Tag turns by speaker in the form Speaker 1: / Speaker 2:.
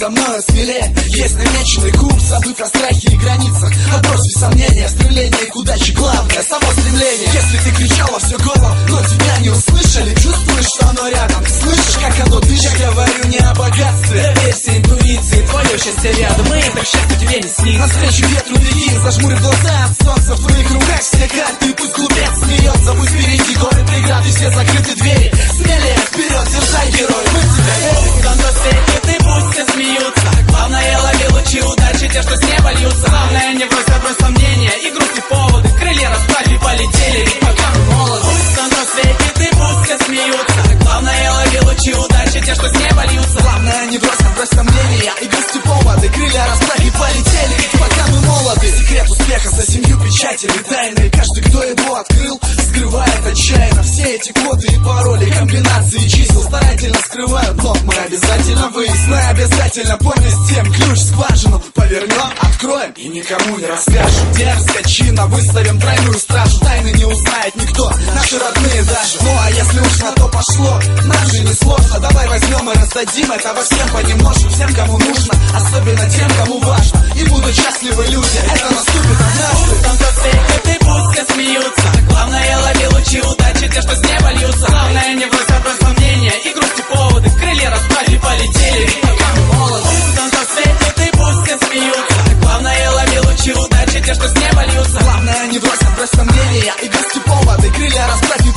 Speaker 1: за мною смелее. Есть намеченный курс, забыв о страхе и границах. Отбрось все сомнения, стремление к удаче главное, само стремление. Если ты кричала все горло, но тебя не услышали, чувствуешь, что оно рядом, слышишь, как оно дышит. Я говорю не о богатстве,
Speaker 2: доверься интуиции, твое счастье рядом, и это счастье тебе не снится.
Speaker 1: Навстречу ветру беги, зажмурив глаза от солнца. В твоих руках все карты, пусть глупец смеется. Пусть впереди горы преграды, все закрыты двери. Смелее вперед, дерзай, герой, мы тебя верим.
Speaker 2: В тонком свете ты, пусть все смеются. Главное, лови лучи удачи, те, что с неба льются. Главное, не брось одно сомнения и грусти поводы. Крылья расправь и полетели, ведь пока мы молоды. В тонком свете ты, пусть все смеются. Главное, лови лучи удачи, те, что с неба льются.
Speaker 1: Главное, не брось сомнения и грусти поводы. Крылья расправь и полетели, ведь пока мы молоды. Секрет успеха за 7 печатями тайны. Каждый, кто его открыл, скрывает отчаянно все эти коды и пароли, комбинации чисел старательно скрывают. Но мы обязательно выясним, обязательно поместим ключ в скважину, повернем, откроем и никому не расскажем. Дерзко, чинно выставим тройную стражу. Тайны не узнает никто, наши родные даже. Ну а если уж на то пошло, нам же не сложно. Давай возьмем и раздадим этого всем понемножку. Всем, кому нужно, особенно тем, кому важно. И будут счастливы люди, это наступит однажды.
Speaker 2: В тонком свете ты, пусть все смеются. Главное, лови лучи удачи, те, что с неба льются. Главное, не брось одно сомнения и грусти поводы. Крылья расправь и полетели, ведь пока мы молоды. В тонком свете ты, пусть все смеются. Главное, лови лучи удачи, те, что с неба льются.
Speaker 1: Главное, не брось сомнения и грусти поводы. Крылья расправь и